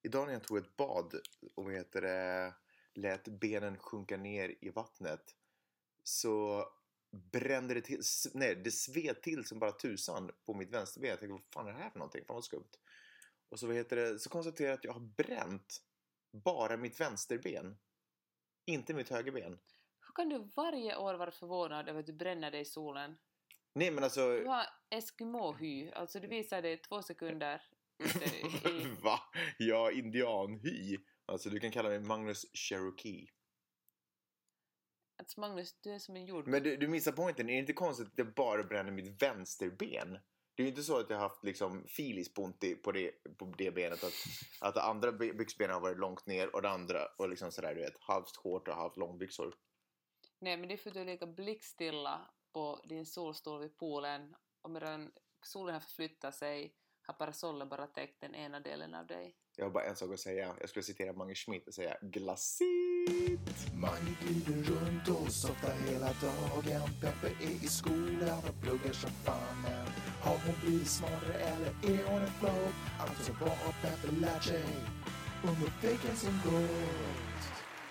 idag när jag tog ett bad och lät benen sjunka ner i vattnet, så brände det till. Nej, det sved till som bara tusan på mitt vänsterben. Jag tänkte, vad fan är det här för någonting? Fan vad skumt. Och så så konstaterar jag att jag har bränt bara mitt vänsterben, inte mitt högerben. Hur kan du varje år vara förvånad över att du bränner dig i solen? Nej, men alltså... Du har Eskimo-hy. Alltså du visar det 2 sekunder Va? Ja, indianhy. Alltså du kan kalla mig Magnus Cherokee. Alltså Magnus, du är som en jord. Men du missar poängen. Är det inte konstigt att jag bara bränner mitt vänsterben? Det är ju inte så att jag har haft liksom filis på det benet. Att det andra byxbenen har varit långt ner och det andra och liksom sådär, du vet, halvt hårt och halvt långbyxor. Nej, men det är för att du är lika blickstilla på din solstol vid poolen. Och medan solen har förflyttat sig har parasollen bara täckt den ena delen av dig. Jag har bara en sak att säga. Jag skulle citera Mange Schmidt och säga glassigt. Mange glider runt och softar hela dagen. Peppe är i skolan och pluggar som fan. Men har hon blivit smartare eller är hon en flow? Alltså vad har Peppe lärt sig under veckan som gått?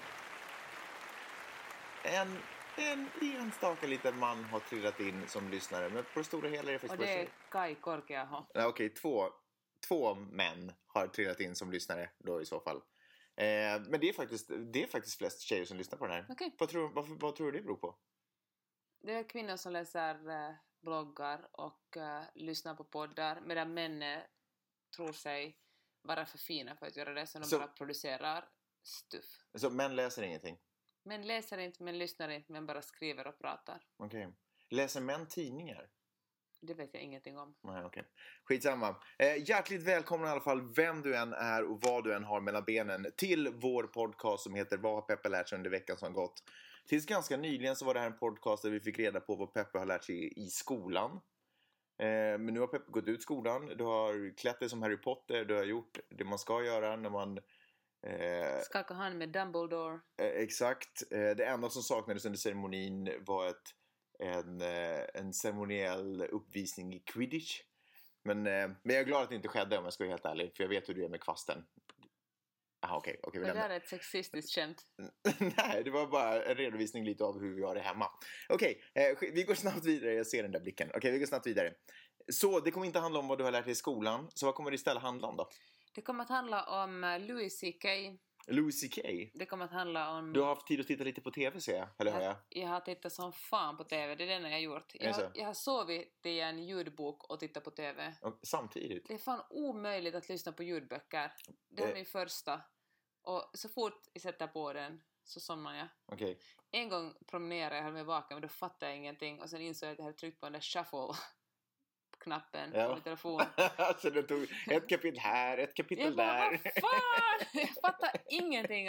En enstaka liten man har trillat in som lyssnare. Men på det stora hela är det faktiskt... Och det är Kai Korkeaho. Ja, okej, två män har trillat in som lyssnare då i så fall. Men det är faktiskt flest tjejer som lyssnar på den här. Okej. Vad tror du det beror på? Det är kvinnor som läser bloggar och lyssnar på poddar. Medan män tror sig vara för fina för att göra det. Så de bara producerar stuff. Så män läser ingenting? Män läser inte, men lyssnar inte, men bara skriver och pratar. Okej. Läser män tidningar? Det vet jag ingenting om. Nej, okej. Skitsamma. Hjärtligt välkommen i alla fall, vem du än är och vad du än har mellan benen, till vår podcast som heter Vad har Peppe lärt sig under veckan som gått. Tills ganska nyligen så var det här en podcast där vi fick reda på vad Peppe har lärt sig i skolan. Men nu har Peppe gått ut skolan. Du har klätt dig som Harry Potter. Du har gjort det man ska göra när man... Skaka hand med Dumbledore. Exakt. Det enda som saknades under ceremonin var en ceremoniell uppvisning i Quidditch. Men jag är glad att det inte skedde, om jag ska vara helt ärlig. För jag vet hur du är med kvasten. Aha, okej, det där är ett sexistiskt skämt. Nej, det var bara en redovisning lite av hur vi har det hemma. Okej, vi går snabbt vidare. Jag ser den där blicken. Okej, vi går snabbt vidare. Så det kommer inte handla om vad du har lärt dig i skolan. Så vad kommer det istället handla om då? Det kommer att handla om Louis C.K. Louis C.K. Det kommer att handla om... Du har haft tid att titta lite på tv, ser jag. Eller hör jag? Jag har tittat som fan på tv. Det är det jag har gjort. Jag har sovit i en ljudbok och tittat på tv. Och samtidigt? Det är fan omöjligt att lyssna på ljudböcker. Det är min första. Och så fort jag sätter på den så somnar jag. Okej. En gång promenerade jag, höll mig vaken, men då fattade jag ingenting. Och sen insåg jag att jag hade tryckt på den där shuffle-knappen på min telefon. Så den tog ett kapitel här, ett kapitel där. Vad fan! Jag fattar ingenting.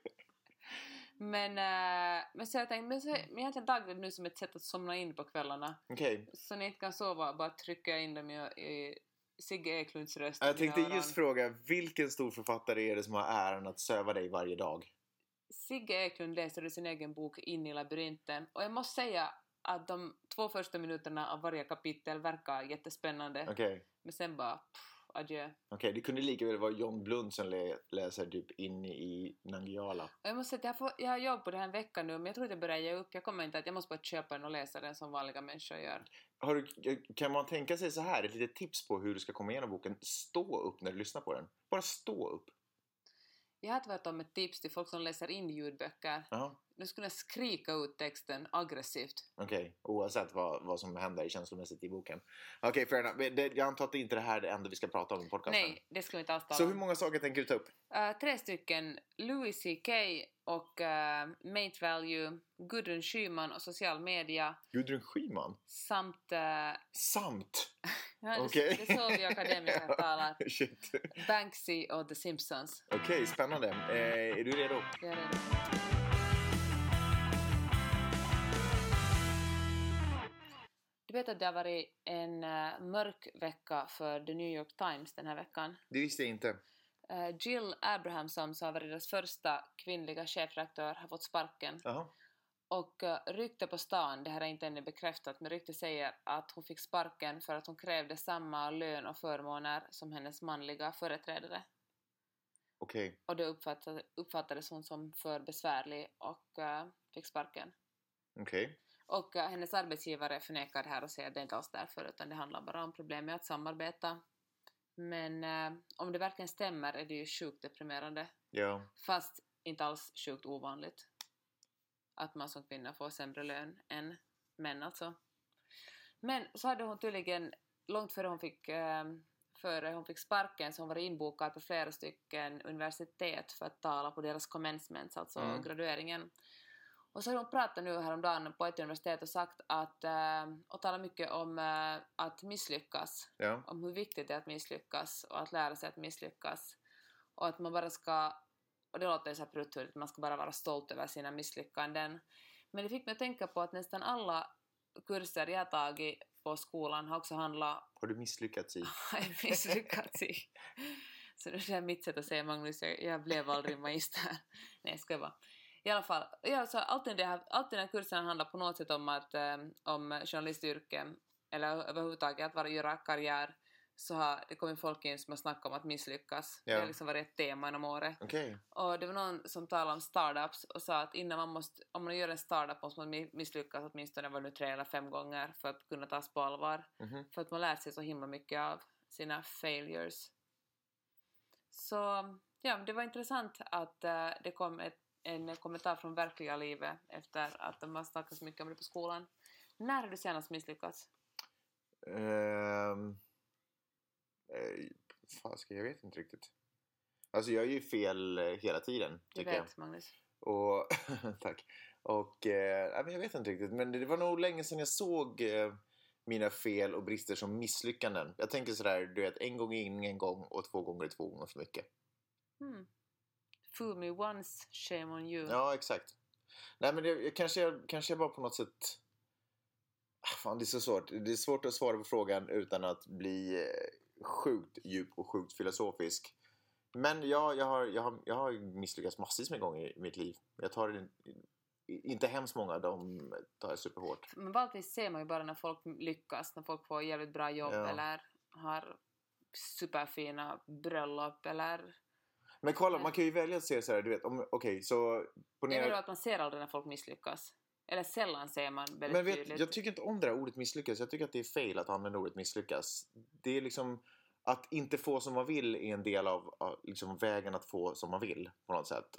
Men så jag tänkte, men egentligen dagligt nu som ett sätt att somna in på kvällarna. Okej. Så när jag inte kan sova, bara trycker jag in dem i Sigge Eklunds röst. Jag tänkte just fråga, vilken stor författare är det som har äran att söva dig varje dag? Sigge Eklund läser i sin egen bok In i labyrinten. Och jag måste säga att de 2 första minuterna av varje kapitel verkar jättespännande. Okej. Men sen bara, adjö. Okej, det kunde lika väl vara John Blund som läser typ In i Nangiala. Och jag måste säga att jag har jobb på det här en vecka nu, men jag tror att jag börjar ge upp. Jag måste bara köpa den och läsa den som vanliga människor gör. Kan man tänka sig så här, ett litet tips på hur du ska komma igenom boken? Stå upp när du lyssnar på den. Bara stå upp. Jag har varit om ett tips till folk som läser in ljudböcker. Aha. Nu skulle jag skrika ut texten aggressivt. Okej, oavsett vad som händer känslomässigt i boken. Okej, fair enough. Jag antar att det inte är det här det enda vi ska prata om i podcasten. Nej, det ska vi inte alls tala om. Så hur många saker tänker du ta upp? 3 stycken. Louis C.K. och Mate Value, Gudrun Schyman och social media. Gudrun Schyman? Samt... Samt? Ja, Okej. Det är så vi akademiker talar. Shit. Banksy och The Simpsons. Okej, spännande. Är du redo? Jag är redo. Du vet att det har varit en mörk vecka för The New York Times den här veckan. Det visste jag inte. Jill Abrahamson, som har varit deras första kvinnliga chefredaktör, har fått sparken. Jaha. Och rykte på stan, det här är inte ännu bekräftat, men rykte säger att hon fick sparken för att hon krävde samma lön och förmåner som hennes manliga företrädare. Okej. Och det uppfattades hon som för besvärlig och fick sparken. Okej. Och hennes arbetsgivare förnekar det här och säger att det inte alls därför, utan det handlar bara om problem med att samarbeta. Men om det verkligen stämmer är det ju sjukt deprimerande. Ja. Fast inte alls sjukt ovanligt att man som kvinna får sämre lön än män alltså. Men så hade hon tydligen, långt före hon fick sparken, så hon var inbokad på flera stycken universitet för att tala på deras commencements, alltså gradueringen. Och så har hon pratat nu häromdagen på ett universitet och sagt att, och talar mycket om att misslyckas. Ja. Om hur viktigt det är att misslyckas och att lära sig att misslyckas. Och att man bara ska, och det låter så här pruttligt, man ska bara vara stolt över sina misslyckanden. Men det fick mig att tänka på att nästan alla kurser jag har tagit på skolan har också handlat... Har du misslyckats i? Har misslyckats i? Så det är mitt sätt att säga, Magnus, jag blev aldrig magister. Nej, jag ska bara. I alla fall, så alltid den här kursen handlar på något sätt om att om journalistyrke eller överhuvudtaget att göra karriär, så har det kommit folk in som har snackat om att misslyckas. Ja. Det har liksom varit ett tema inom året. Okej. Och det var någon som talade om startups och sa att om man gör en startup måste man misslyckas åtminstone 3 eller 5 gånger för att kunna tas på allvar. Mhm. För att man lär sig så himla mycket av sina failures. Så ja, det var intressant att det kom en kommentar från verkliga livet efter att de har snackat så mycket om det på skolan. När har du senast misslyckats? Jag vet inte riktigt. Alltså jag är ju fel hela tiden, tycker jag. Magnus. Och tack. Och men jag vet inte riktigt, men det var nog länge sedan jag såg mina fel och brister som misslyckanden. Jag tänker sådär, du vet, 1 gång är ingen gång och 2 gånger är 2 gånger för mycket. Fool me once, shame on you. Ja, exakt. Nej, men det kanske bara på något sätt... Fan, det är så svårt. Det är svårt att svara på frågan utan att bli sjukt djup och sjukt filosofisk. Men jag har misslyckats massvis med gånger i mitt liv. Jag tar det inte hemskt många, de tar jag superhårt. Men vanligtvis ser man ju bara när folk lyckas, när folk får jävligt bra jobb eller har superfina bröllop eller... Men kolla, man kan ju välja att se så här, du vet, så... Det är väl att man ser aldrig när folk misslyckas. Eller sällan ser man väldigt tydligt. Jag tycker inte om det här ordet misslyckas. Jag tycker att det är fel att använda ordet misslyckas. Det är liksom... Att inte få som man vill är en del av liksom vägen att få som man vill, på något sätt.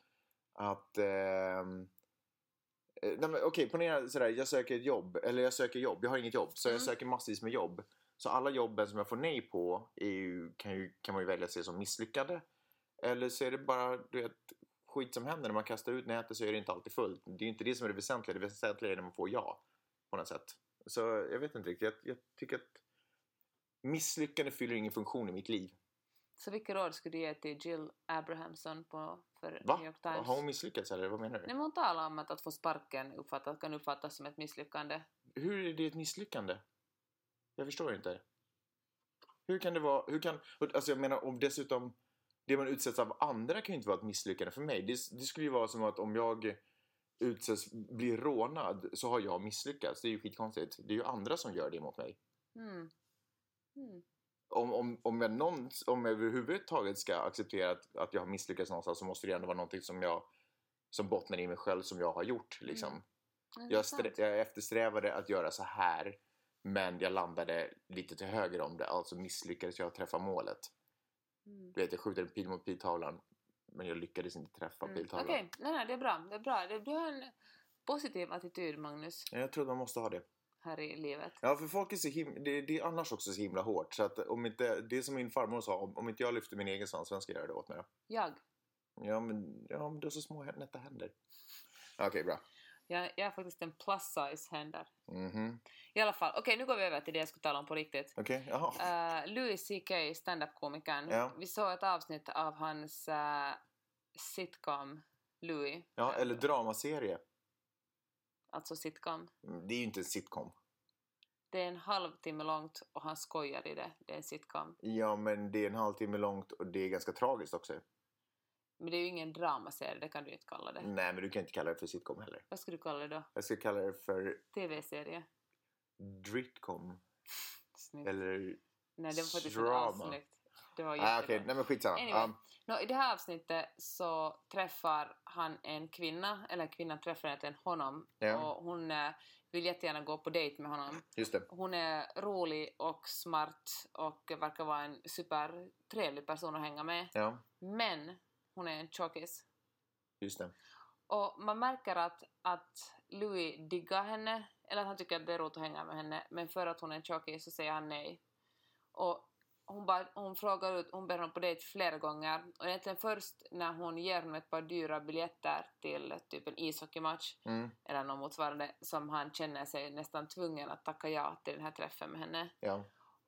Ponera sådär, jag söker jobb. Jag har inget jobb, så jag söker massvis med jobb. Så alla jobben som jag får nej på kan man ju välja att se som misslyckade. Eller så är det bara, du vet, skit som händer när man kastar ut nätet, så är det inte alltid fullt. Det är ju inte det som är det väsentliga. Det väsentliga är när man får ja, på något sätt. Så jag vet inte riktigt. Jag tycker att misslyckande fyller ingen funktion i mitt liv. Så vilka råd skulle du ge till Jill Abrahamson för New York Times? Har hon misslyckats eller vad menar du? Nej, men hon talar om att få sparken kan uppfattas som ett misslyckande. Hur är det ett misslyckande? Jag förstår inte. Hur kan det vara... Alltså jag menar, om dessutom... Det man utsätts av andra kan ju inte vara ett misslyckande för mig. Det skulle ju vara som att om jag blir rånad så har jag misslyckats. Det är ju skitkonstigt. Det är ju andra som gör det mot mig. Om jag överhuvudtaget ska acceptera att jag har misslyckats någonstans, så måste det ändå vara någonting som bottnar i mig själv, som jag har gjort liksom. Jag eftersträvade att göra så här, men jag landade lite till höger om det. Alltså misslyckades jag att träffa målet. Du vet, jag skjuter en pil mot piltavlan, men jag lyckades inte träffa piltavlan. Okej, nej, det är bra. Du har en positiv attityd, Magnus. Jag tror att man måste ha det här i livet. Ja, för folk är så det är annars också så himla hårt. Så att om inte, det är som min farmor sa, om inte jag lyfter min egen svans, vem ska göra det åt mig då? Ja, men du har så små nätta händer. Okej, bra. Jag är faktiskt en plus size händer. Mhm. I alla fall, okej, nu går vi över till det jag skulle tala om på riktigt. Okej, jaha. Louis C.K. stand-up-komikern. Ja. Vi såg ett avsnitt av hans sitcom Louis. Ja, eller dramaserie. Alltså sitcom. Det är ju inte en sitcom. Det är en halvtimme långt och han skojar i det. Det är en sitcom. Ja, men det är en halvtimme långt och det är ganska tragiskt också. Men det är ju ingen dramaserie, det kan du inte kalla det. Nej, men du kan inte kalla det för sitcom heller. Vad ska du kalla det då? Jag ska kalla det för... TV-serie. Dritcom. Snyggt. Eller nej, det var faktiskt drama. inte alls snyggt. Det var jättebra. Okej. Nej men skitsamma. Anyway, i det här avsnittet så träffar han en kvinna, eller kvinnan träffar egentligen honom. Och hon vill jättegärna gå på dejt med honom. Just det. Hon är rolig och smart och verkar vara en supertrevlig person att hänga med. Ja. Men hon är en tjockis. Just det. Och man märker att Louis diggar henne, eller att han tycker att det är roligt att hänga med henne, men för att hon är en tjockis så säger han nej. Och hon frågar ut, hon ber honom på dejt flera gånger, och egentligen först när hon ger honom ett par dyra biljetter till typ en ishockeymatch eller något motsvarande, som han känner sig nästan tvungen att tacka ja till den här träffen med henne. Ja.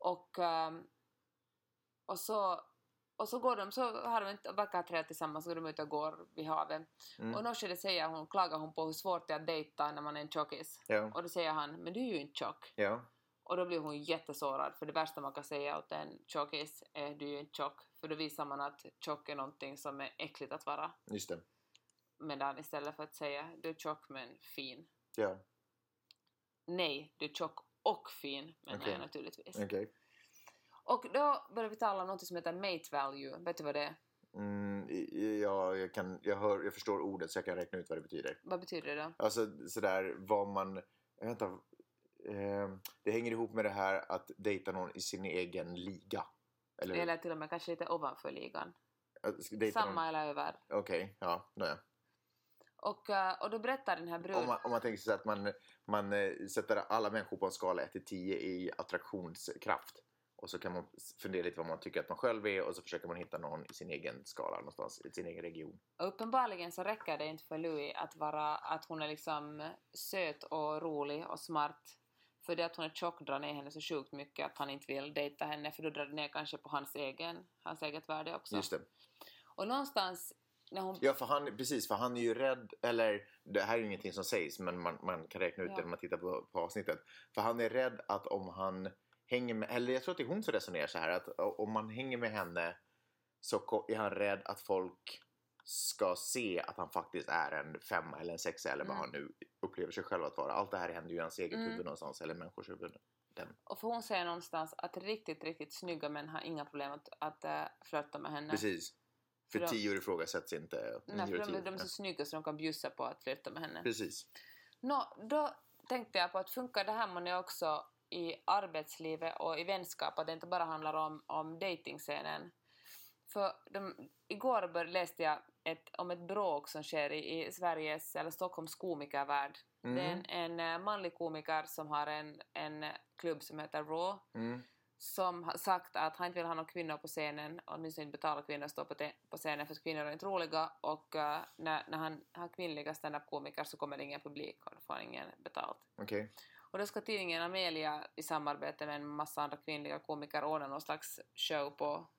Och så går de, så har de inte verkar ha trevligt tillsammans, så går de ut och går vid havet. Och något skede klagar hon på hur svårt det är att dejta när man är en tjockis. Ja. Och då säger han, men du är ju inte tjock. Ja. Och då blir hon jättesårad, för det värsta man kan säga åt en tjockis är du är ju inte tjock. För då visar man att tjock är någonting som är äckligt att vara. Just det. Medan istället för att säga du är tjock men fin. Ja. Nej, du är tjock och fin, men nej naturligtvis. Okej. Och då börjar vi tala om något som heter mate value. Vet du vad det är? Ja, jag förstår ordet så jag kan räkna ut vad det betyder. Vad betyder det då? Alltså sådär vad man... det hänger ihop med det här att dejta någon i sin egen liga. Eller till och med kanske lite ovanför ligan. Samma eller över. Okej, ja. Och då berättar den här bruden... Om man tänker sig att man sätter alla människor på en skala 1-10 i attraktionskraft. Och så kan man fundera lite vad man tycker att man själv är. Och så försöker man hitta någon i sin egen skala någonstans, i sin egen region. Och uppenbarligen så räcker det inte för Louis att hon är liksom söt och rolig och smart. För det att hon är tjock drar ner henne så sjukt mycket att han inte vill dejta henne. För då drar det ner kanske på hans eget värde också. Just det. Och någonstans när hon... Ja, för han är ju rädd, eller det här är ju ingenting som sägs, men man kan räkna ut det när man tittar på avsnittet. För han är rädd att om han hänger med, eller jag tror att det är hon som resonerar så här, att om man hänger med henne så är han rädd att folk ska se att han faktiskt är en 5 eller en 6 eller vad han nu upplever sig själv att vara. Allt det här händer ju i hans eget huvud någonstans, eller människors huvud. Och för hon säger någonstans att riktigt, riktigt snygga män har inga problem att flirta med henne. Precis. För 10 år ifrågasätts inte. Nej, för de är så snygga så de kan bjussa på att flirta med henne. Precis. Då tänkte jag på att funkar det här man också i arbetslivet och i vänskap, att det inte bara handlar om dejtingscenen. För igår läste jag om ett bråk som sker i Sveriges eller Stockholms komikervärld. Det är en manlig komiker som har en klubb som heter Raw. Som har sagt att han inte vill ha några kvinnor på scenen, och åtminstone inte betala kvinnor att stå på scenen för att kvinnor är inte roliga, och när han har kvinnliga stand-up-komiker så kommer det ingen publik och då får han ingen betalt. Okay. Och då ska tidningen Amelia i samarbete med en massa andra kvinnliga komiker ordna någon slags show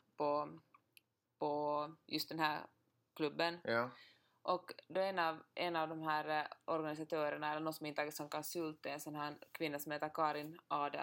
på just den här klubben. Ja. Och då en av de här organisatörerna, eller någon som inte som konsult, är en sån här kvinna som heter Karin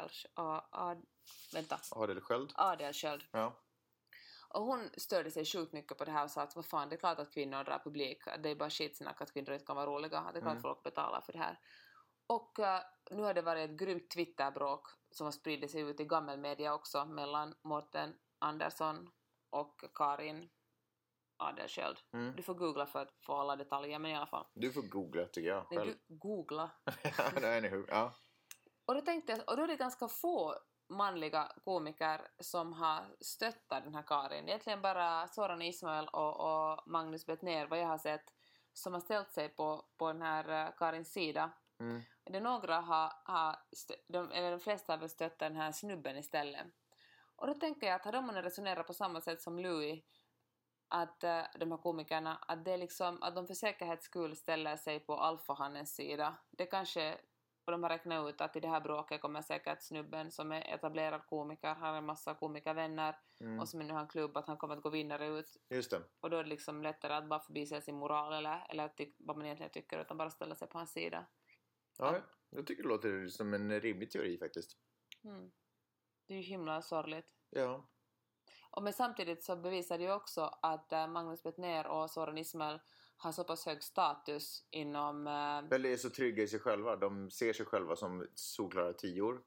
Adelsköld. Ja. Och hon störde sig sjukt mycket på det här och sa att vad fan, det är klart att kvinnor drar publik. Det är bara skitsnack att kvinnor inte kan vara roliga. Det är klart folk betalar för det här. Och nu har det varit ett grymt Twitterbråk som har spridit sig ut i gammelmedia också mellan Mårten Andersson och Karin Adelsköld. Du får googla för att få alla detaljer, men i alla fall. Du får googla tycker jag. Nej, du googla. Ja. Och då tänkte jag, och då är det ganska få manliga komiker som har stöttat den här Karin. Egentligen bara Soran Ismail och Magnus Bettner, vad jag har sett, som har ställt sig på den här Karins sida. Det några de flesta har väl stöttat den här snubben istället. Och då tänker jag att har de resonerat på samma sätt som Louis, att de här komikerna, att det är liksom att de för säkerhets skull ställer sig på alfahannens sida. Det kanske, och de har räknat ut att i det här bråket kommer säkert snubben som är etablerad komiker, har en massa komikervänner och som nu har en klubb, att han kommer att gå vinnare ut. Just det. Och då är det liksom lättare att bara förbise sin moral eller vad man egentligen tycker, utan bara ställa sig på hans sida. Ja, jag tycker det låter som en rimlig teori faktiskt. Det är ju himla sorgligt. Ja. Men samtidigt så bevisar det ju också att Magnus Bettner och Soran Ismail har så pass hög status inom... Eller är så trygga i sig själva. De ser sig själva som solklara 10-or.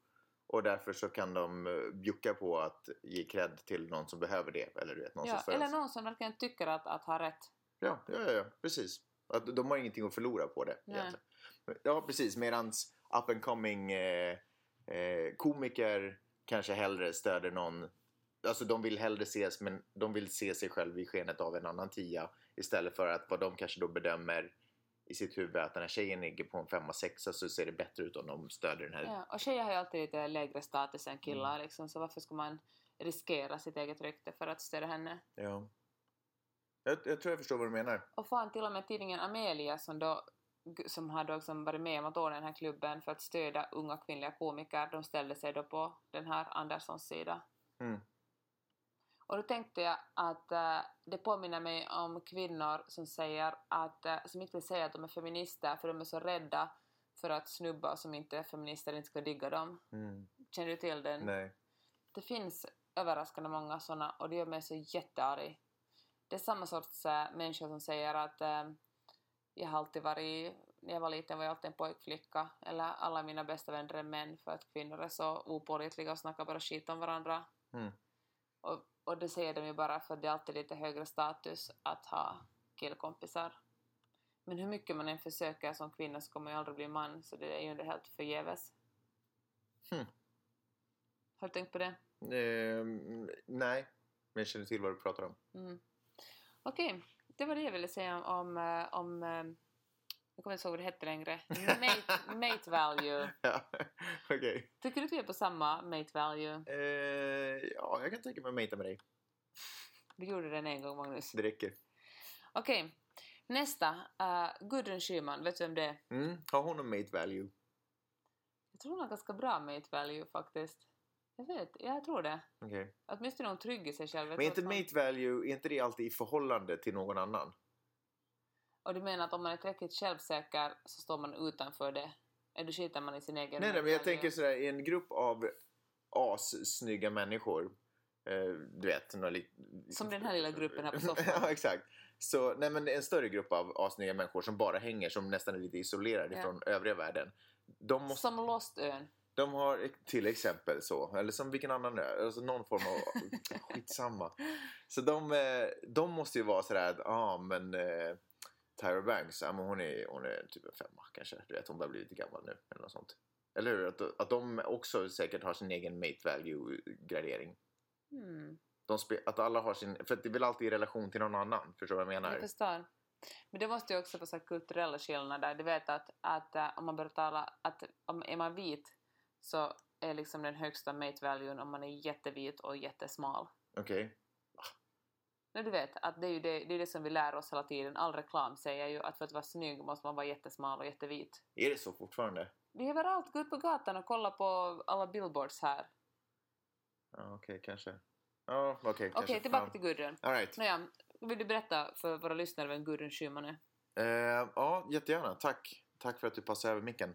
Och därför så kan de bjucka på att ge cred till någon som behöver det. Eller du vet, någon som eller någon som verkligen tycker att ha rätt. Ja, precis. Att de har ingenting att förlora på det. Egentligen. Ja, precis. Medans up and coming komiker kanske hellre stöder någon. Alltså de vill hellre ses, men de vill se sig själv i skenet av en annan tia. Istället för att vad de kanske då bedömer i sitt huvud att den här tjejen ligger på en 5-6, så ser det bättre ut om de stöder den här. Ja, och tjejer har ju alltid lite lägre status än killar liksom, så varför ska man riskera sitt eget rykte för att stödja henne? Ja. Jag tror jag förstår vad du menar. Och fan, till och med tidningen Amelia som har då liksom varit med om att ordna den här klubben för att stödja unga kvinnliga komiker, de ställde sig då på den här Anderssons sida. Och då tänkte jag att det påminner mig om kvinnor som säger som inte vill säga att de är feminister för de är så rädda för att snubbar som inte är feminister inte ska digga dem. Känner du till den? Nej. Det finns överraskande många sådana och det gör mig så jättearg. Det är samma sorts människor som säger att jag har alltid varit, när jag var liten var jag alltid en pojkflicka, eller alla mina bästa vänner är män för att kvinnor är så opålitliga och snackar bara skit om varandra. Och det säger de ju bara för att det är alltid lite högre status att ha killkompisar. Men hur mycket man än försöker som kvinna så kommer man ju aldrig bli man, så det är ju helt förgäves. Har du tänkt på det? Nej, men jag känner till vad du pratar om. Okej, det var det jag ville säga om jag kommer inte ihåg vad det hette längre. Mate value. Ja, okej. Tycker du att vi är på samma mate value? Ja, jag kan tänka mig att mata med dig. Vi gjorde den en gång, Magnus. Det räcker. Okej, nästa. Gudrun Schyman, vet du vem det är? Har hon en mate value? Jag tror hon har ganska bra mate value faktiskt. Jag tror det. Okej. Åtminstone är hon trygg i sig själv. Men inte mate value, är inte det alltid i förhållande till någon annan? Och du menar att om man är tillräckligt självsäker så står man utanför det? Eller skiter man i sin egen... Nej, men jag tänker sådär, i en grupp av assnygga människor. Du vet, som den här lilla gruppen här på soffan. Ja, exakt. Så, nej, men en större grupp av assnygga människor som bara hänger, som nästan är lite isolerade från övriga världen. Som Lost-ön. De har till exempel så, eller som vilken annan ö, alltså någon form av skitsamma. Så de måste ju vara sådär att, Tyra Banks, men hon är typ en 5 kanske. Du vet, hon börjar bli lite gammal nu eller något sånt. Eller hur? Att de också säkert har sin egen mate value-gradering. Att alla har sin... För det är väl alltid i relation till någon annan. Förstår du vad jag menar? Jag förstår. Men det måste ju också vara så kulturella skillnader. Du vet att om man börjar tala... Är man vit så är liksom den högsta mate valuen om man är jättevit och jättesmal. Okej. Men du vet att det är det som vi lär oss hela tiden. All reklam säger ju att för att vara snygg måste man vara jättesmal och jättevit. Är det så fortfarande? Det är överallt. Gå ut på gatan och kolla på alla billboards här. Ja, okej, kanske. Ja, okej. Okej, tillbaka till Gudrun. All right. Nåja, vill du berätta för våra lyssnare vem Gudrun Schyman är? Ja, jättegärna. Tack för att du passade över micken.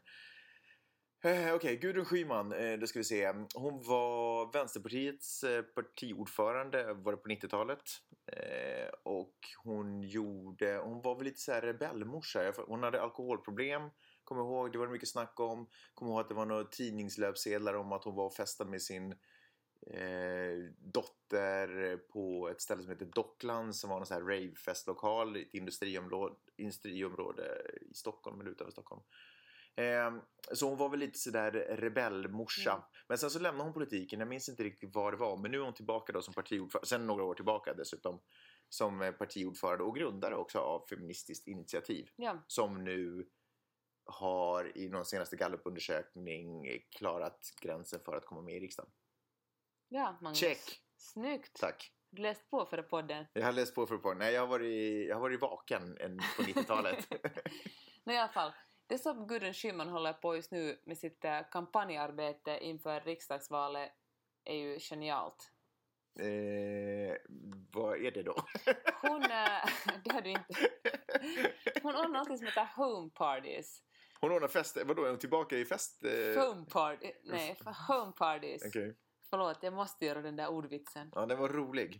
Okej, Gudrun Schyman, då ska vi se. Hon var Vänsterpartiets partiordförande var det på 90-talet. Och hon var väl lite så här rebellmorsa. Hon hade alkoholproblem, kommer ihåg, det var mycket snack om. Kommer ihåg att det var några tidningslöpsedlar om att hon var och festade med sin dotter på ett ställe som heter Dockland, som var en sån här ravefestlokal i ett industriområde i Stockholm eller utanför Stockholm. Så hon var väl lite sådär rebellmorsa. Men sen så lämnade hon politiken. Jag minns inte riktigt vad det var. Men nu är hon tillbaka då som partiordförande. Sen några år tillbaka dessutom. Som partiordförande och grundare också av Feministiskt initiativ. Ja. Som nu har i någon senaste gallupundersökning klarat gränsen för att komma med i riksdagen. Ja, Magnus. Check! Snyggt! Tack. Du läst på för podden. Jag har läst på för podden. Nej, jag har varit vaken på 90-talet. Men i alla fall. Det som Gudrun Schyman håller på just nu med sitt kampanjarbete inför riksdagsvalet är ju genialt. Vad är det då? Det har du inte. Hon ordnar något som heter home parties. Hon ordnar fester? Vadå, är hon tillbaka i fest? Home party. Nej, home parties. Okay. Förlåt, jag måste göra den där ordvitsen. Ja, den var rolig.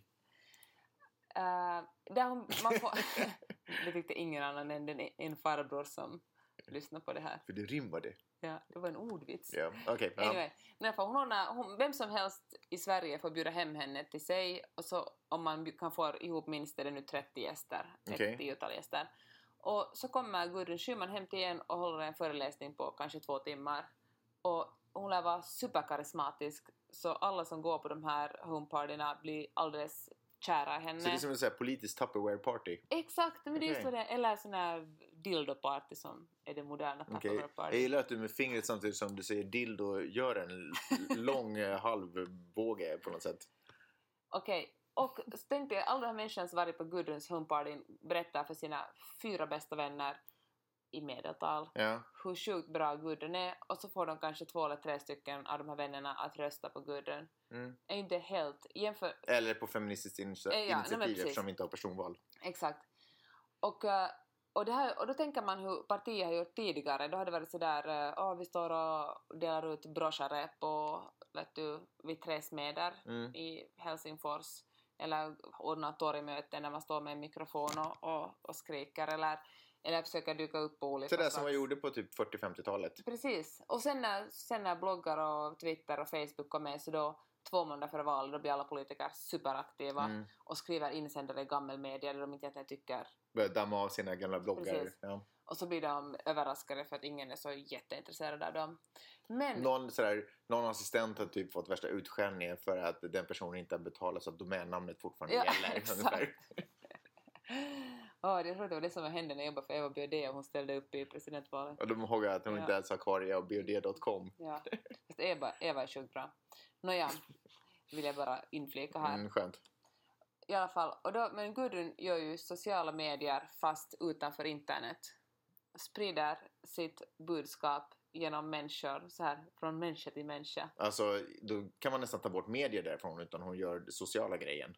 Där man får... Det tyckte ingen annan än en farbror som lyssna på det här. För det rimmade. Ja, det var en ordvits. Ja, okej. Anyway, men för vem som helst i Sverige får bjuda hem henne till sig, och så om man kan få ihop minst det nu 30 gäster, ett 10-tal gäster. Och så kommer Gudrun Schyman hem till en och håller en föreläsning på kanske 2 timmar. Och hon lär vara superkarismatisk, så alla som går på de här homepartyna blir alldeles kära i henne. Så det är som en sån här politisk Tupperware-party? Exakt, men det är just det. Eller sån här dildo-party som är det moderna Tupperware-party. Jag gillar att du med fingret samtidigt som du säger dildo gör en lång halvbåge på något sätt. Okej. Och tänkte jag, alla de här människorna som varit på Gudruns homeparty berättar för sina 4 bästa vänner i medeltal hur sjukt bra Gudrun är, och så får de kanske 2 eller 3 stycken av de här vännerna att rösta på Gudrun. Är inte helt eller på feministiskt initiativ eftersom vi inte har personval. Exakt. Och då tänker man hur partier har gjort tidigare. Då har det varit sådär, vi står och delar ut broschare på, vid 3 smeder i Helsingfors, eller ordnar torgmöten när man står med en mikrofon och skriker, eller försöker dyka upp på olika så där som man gjorde på typ 40-50-talet. Precis. Och sen när bloggar och Twitter och Facebook kom med, så då 2 månader före valet, då blir alla politiker superaktiva och skriver insändare i gammelmedia där de inte egentligen tycker. Börjar damma av sina gamla bloggar. Ja. Och så blir de överraskade för att ingen är så jätteintresserad av dem. Men någon assistent har typ fått värsta utskällningen för att den personen inte har betalat så att domännamnet fortfarande gäller. Exakt. Jag tror det var det som hände när jag jobbade för Eva BOD och hon ställde upp i presidentvalet. Och de ihåg att hon inte ens har kvar eabod.com. Ja, fast Eva är sjukt bra. Nåja, vill jag bara inflika här. Skönt. I alla fall, men Gudrun gör ju sociala medier fast utanför internet. Sprider sitt budskap genom människor, så här från människa till människa. Alltså, då kan man nästan ta bort medier därifrån, utan hon gör den sociala grejen.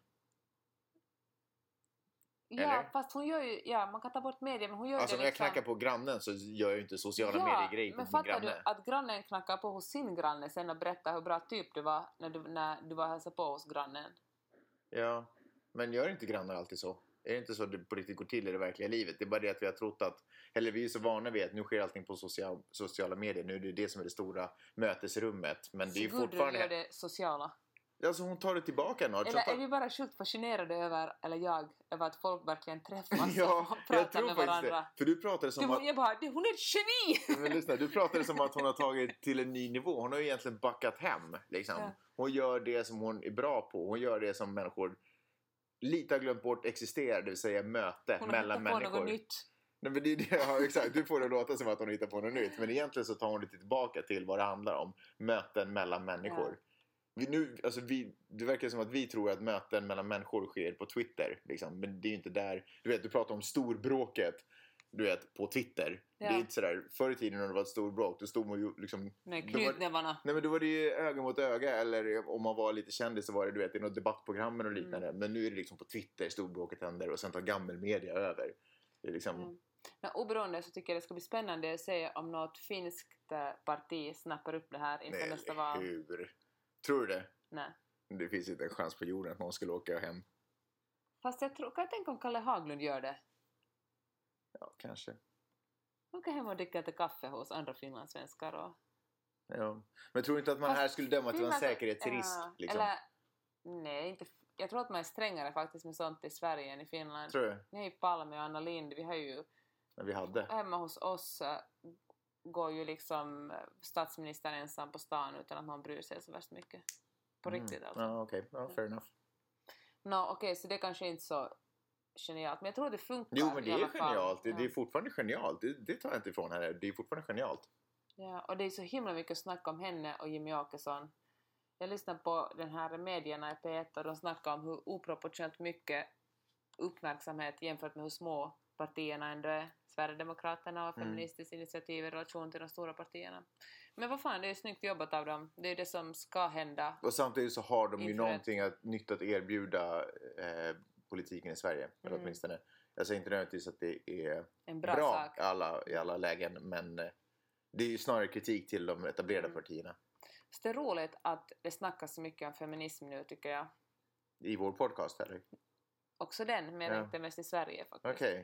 Ja, eller? Fast hon gör ju, man kan ta bort medier, men hon gör alltså, det när jag knackar på grannen så gör jag ju inte sociala medier-grejer på min granne. Men fattar du att grannen knackar på hos sin granne sen och berättar hur bra typ du var när du var hälsa på hos grannen? Ja, men gör inte grannar alltid så? Är det inte så det på riktigt går till i det verkliga livet? Det är bara det att vi har trott att, eller vi är så vana vid att nu sker allting på sociala medier. Nu är det det som är det stora mötesrummet. Men det är ju fortfarande... gör det sociala. Alltså hon tar det tillbaka nu. Eller är vi bara sjukt fascinerade över att folk verkligen träffas och pratar med varandra? För du pratade som att... Jag bara, hon är ett geni! Men lyssna, du pratade som att hon har tagit till en ny nivå. Hon har ju egentligen backat hem. Liksom. Ja. Hon gör det som hon är bra på. Hon gör det som människor lite har glömt bort existerar. Det vill säga möte mellan människor. Hon har hittat på något nytt. Nej, men ja, exakt. Du får det låta som att hon hittar på något nytt. Men egentligen så tar hon det tillbaka till vad det handlar om. Möten mellan människor. Ja. Det verkar som att vi tror att möten mellan människor sker på Twitter. Liksom. Men det är ju inte där. Du pratar om storbråket. På Twitter. Ja. Det är inte sådär. Förr i tiden när det var ett storbråk, då stod man ju liksom... Med knytnävarna. Nej, men då var det ju öga mot öga. Eller om man var lite kändis så var det i något debattprogram och liknande. Men nu är det liksom på Twitter storbråket händer. Och sen tar gammelmedia över. Det är liksom... Men oberoende så tycker jag det ska bli spännande att se om något finskt parti snappar upp det här inför nästa val. Hur? Tror du det? Nej. Det finns inte en chans på jorden att någon skulle åka hem. Fast kan jag tänka om Kalle Haglund gör det? Ja, kanske. Åka hem och dricka lite kaffe hos andra finlandssvenskar och... Ja. Men tror du inte att man här skulle döma att det var en säkerhetsrisk? Ja, liksom? Eller... Nej, inte... Jag tror att man är strängare faktiskt med sånt i Sverige än i Finland. Tror du? Ni har ju Palme och Anna Lind. Vi har ju... Men vi hade. Hemma hos oss går ju liksom statsministern ensam på stan utan att man bryr sig så värst mycket. På riktigt alltså. Ja, okej. Ja, fair enough. Okej, så det kanske inte så genialt. Men jag tror det funkar. Jo, men det är genialt. Det är fortfarande genialt. Det tar jag inte ifrån här. Det är fortfarande genialt. Ja, och det är så himla mycket snack om henne och Jimmy Åkesson. Jag lyssnade på den här medierna i P1 och de snackade om hur oproportionellt mycket uppmärksamhet jämfört med hur små partierna ändå är. Sverigedemokraterna och Feministiskt initiativ i relation till de stora partierna. Men vad fan, det är snyggt jobbat av dem. Det är det som ska hända. Och samtidigt så har de ju någonting nytt att erbjuda politiken i Sverige. Eller åtminstone. Jag säger inte nödvändigtvis att det är en bra sak i alla lägen. Men det är ju snarare kritik till de etablerade partierna. Så det är roligt att det snackas så mycket om feminism nu, tycker jag. I vår podcast, eller? Också den, men inte mest i Sverige faktiskt. Okej.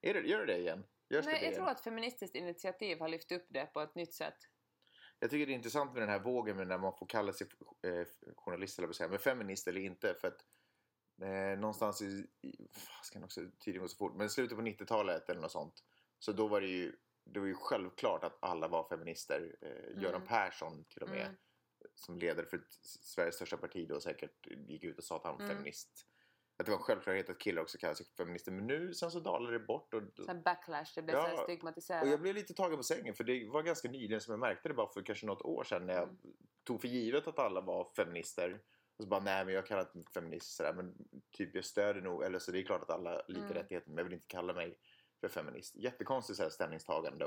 Gör det igen? Nej, jag tror att Feministiskt initiativ har lyft upp det på ett nytt sätt. Jag tycker det är intressant med den här vågen med när man får kalla sig journalist eller vad säger, men feminist eller inte, för att någonstans ska jag också tydligen gå så fort, men slutet på 90-talet eller något sånt, så då var det var ju självklart att alla var feminister. Göran Persson till och med, som ledare för Sveriges största parti då, säkert gick ut och sa att han var feminist. Att det var en självklarhet att killar också kallar sig feminister. Men nu sen så dalar det bort. Sen backlash, det blev så stigmatiserat. Och jag blev lite tagen på sängen. För det var ganska nyligen som jag märkte det, bara för kanske något år sedan. När jag tog för givet att alla var feminister. Och så bara, nej men jag kallar inte feminist sådär. Men typ jag stöder nog, eller så det är klart att alla har lika rättigheter. Men jag vill inte kalla mig för feminist. Jättekonstigt så här ställningstagande.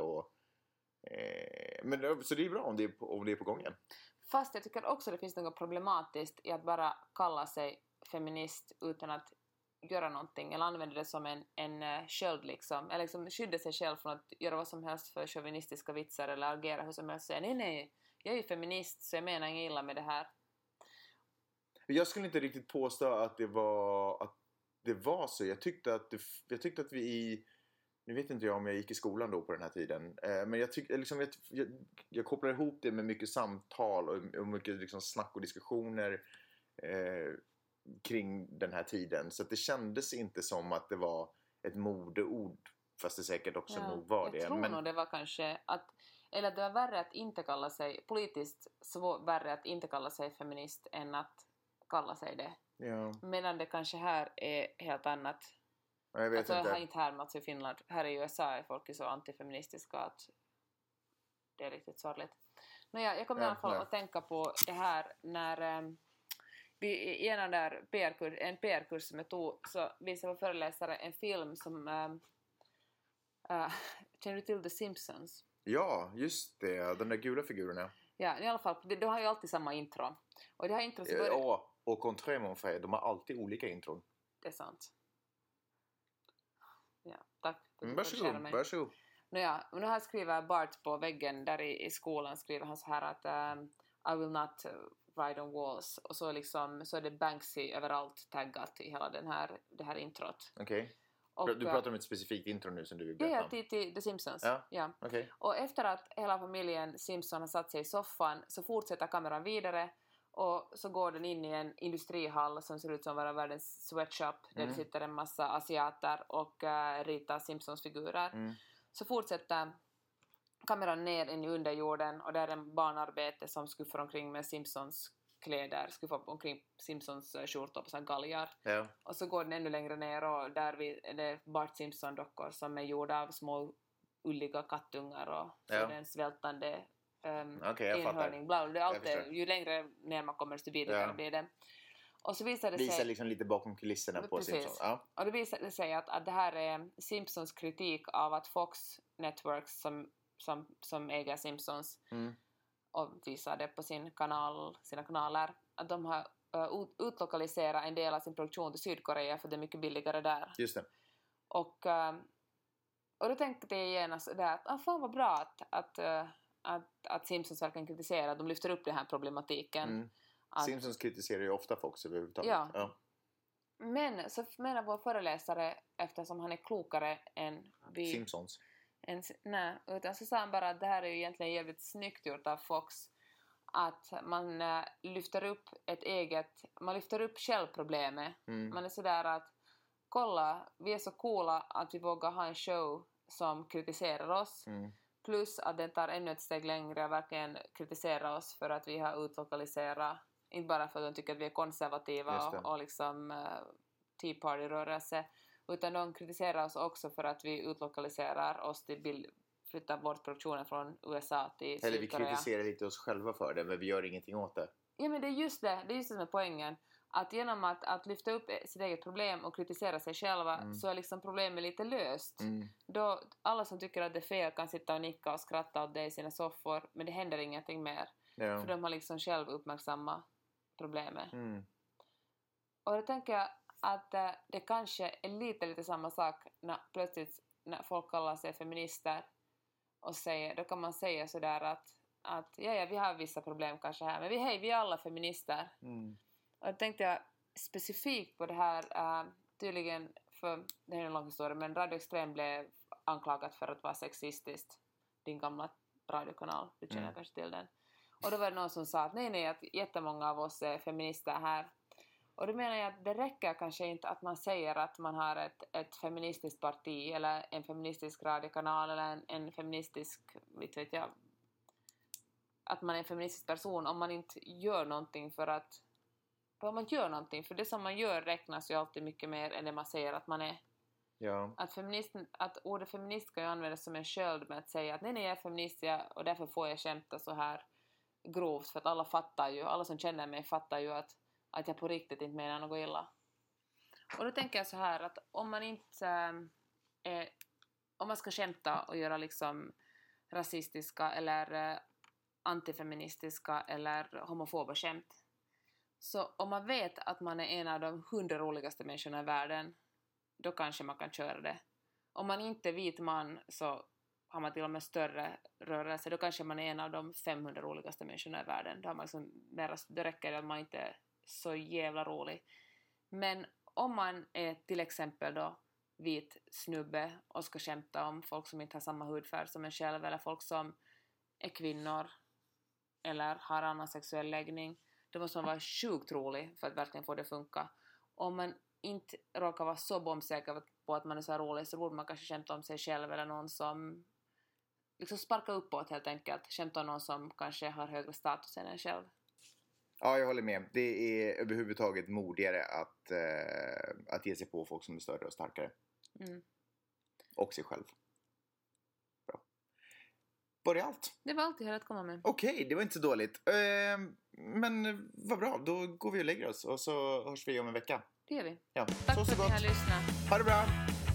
Men så det är bra om det är på gång igen. Fast jag tycker också det finns något problematiskt i att bara kalla sig feminist utan att göra någonting eller använda det som en sköld liksom, eller liksom skydda sig själv från att göra vad som helst för chauvinistiska vitsar eller agera hur som helst. Nej, jag är ju feminist så jag menar inget illa med det här. Jag skulle inte riktigt påstå att det var så. Jag tyckte att vi nu vet inte jag om jag gick i skolan då på den här tiden, men jag tyckte liksom jag kopplar ihop det med mycket samtal och mycket liksom snack och diskussioner kring den här tiden, så att det kändes inte som att det var ett modeord, fast det säkert också nog var det. Jag tror nog det var kanske eller det var värre att inte kalla sig politiskt, så värre att inte kalla sig feminist än att kalla sig det. Ja. Medan det kanske här är helt annat. Jag vet inte. Här, inte här men alltså i Finland, här i USA är folk så antifeministiska att det är riktigt sorgligt. Jag kommer i alla fall att tänka på det här när vi i en PR-kurs som jag tog, så visade vår föreläsare en film som känner du till The Simpsons? Ja, just det, de där gula figurerna. Ja, i alla fall, de har ju alltid samma intro. Och det här intro så börjar... Och contraire mon frère, de har alltid olika intron. Det är sant. Ja, tack. Varsågod. Nu här skriver Bart på väggen där i skolan, skriver han så här att I will not write on walls, och så liksom så är det Banksy överallt taggat i hela det här introt. Okej. Du pratar om ett specifikt intro nu som du vill berätta om. Ja, till The Simpsons. Ja. Okay. Och efter att hela familjen Simpson har satt sig i soffan så fortsätter kameran vidare och så går den in i en industrihall som ser ut som vara världens sweatshop där det sitter en massa asiater och ritar Simpsons-figurer. Så fortsätter kameran ner in i underjorden och där är en barnarbete som skuffar omkring med Simpsons kläder, skuffar omkring Simpsons skjortor på sån galgar. Ja. Och så går den ännu längre ner och där är det Bart Simpson-dockor som är gjorda av små ulliga kattungar och så är det en svältande enhörning. Ju längre ner man kommer desto vidare blir det. Och så visar det sig liksom lite bakom kulisserna på Simpsons. Ja. Och då visar det sig att det här är Simpsons kritik av att Fox Networks som äger Simpsons och visar det på sina kanaler, att de har utlokaliserat en del av sin produktion till Sydkorea för det är mycket billigare där. Just det. Och då tänkte jag genast där att fan vad bra att Simpsons verkligen kritiserar, de lyfter upp den här problematiken. Simpsons kritiserar ju ofta Fox överhuvudtaget. Ja. Men så menar vår föreläsare, eftersom han är klokare än vi Simpsons. Utan så sa han bara att det här är ju egentligen jävligt snyggt gjort av Fox, att man lyfter upp självproblemet. Man är sådär att kolla, vi är så coola att vi vågar ha en show som kritiserar oss. Plus att den tar ännu ett steg längre och verkligen kritiserar oss för att vi har utlokaliserat, inte bara för att de tycker att vi är konservativa och liksom Tea Party-rörelse, utan de kritiserar oss också för att vi utlokaliserar oss flyttar bort produktionen från USA till Sydkorea. Eller vi kritiserar lite oss själva för det, men vi gör ingenting åt det. Ja, men det är just det som är poängen. Att genom att lyfta upp sitt eget problem och kritisera sig själva så är liksom problemet lite löst. Då alla som tycker att det är fel kan sitta och nicka och skratta åt det i sina soffor, men det händer ingenting mer. Ja. För de har liksom själv uppmärksammat problemet. Och då tänker jag att det kanske är lite samma sak när folk kallar sig feminister och säger, då kan man säga sådär att vi har vissa problem kanske här, men vi är alla feminister. Och då tänkte jag specifikt på det här tydligen för det är en lång historia, men Radio Extrem blev anklagat för att vara sexistiskt. Din gamla radiokanal, du känner kanske till den. Och då var det någon som sa att nej, att jättemånga av oss är feminister här. Och då menar jag att det räcker kanske inte att man säger att man har ett feministiskt parti eller en feministisk radiokanal eller en feministisk, vet jag, att man är en feministisk person om man inte gör någonting för det som man gör räknas ju alltid mycket mer än det man säger att man är. Ja. Att ordet feminist kan ju användas som en sköld med att säga att nej, jag är feminist och därför får jag kämpa så här grovt, för att alla som känner mig fattar ju att jag på riktigt inte menar något illa. Och då tänker jag så här att om man ska skämta och göra liksom rasistiska eller antifeministiska eller homofoba skämt, så om man vet att man är en av de 100 roligaste människorna i världen, då kanske man kan köra det. Om man inte är vit man så har man till och med större rörelse, då kanske man är en av de 500 roligaste människorna i världen. Då har man liksom det räcker att man inte är så jävla rolig. Men om man är till exempel då vit snubbe och ska skämta om folk som inte har samma hudfärg som en själv, eller folk som är kvinnor eller har annan sexuell läggning, då måste man vara sjukt rolig för att verkligen få det att funka. Om man inte råkar vara så bombsäker på att man är så rolig, så borde man kanske skämta om sig själv eller någon som liksom sparkar uppåt helt enkelt. Skämta om någon som kanske har högre status än en själv. Ja, jag håller med. Det är överhuvudtaget modigare att ge sig på folk som är större och starkare. Och sig själv. Bra. Var det allt? Det var allt jag hade att komma med. Okej, det var inte så dåligt. Men vad bra, då går vi och lägger oss och så hörs vi om en vecka. Det gör vi. Ja. Tack för att ni har lyssnat. Ha det bra!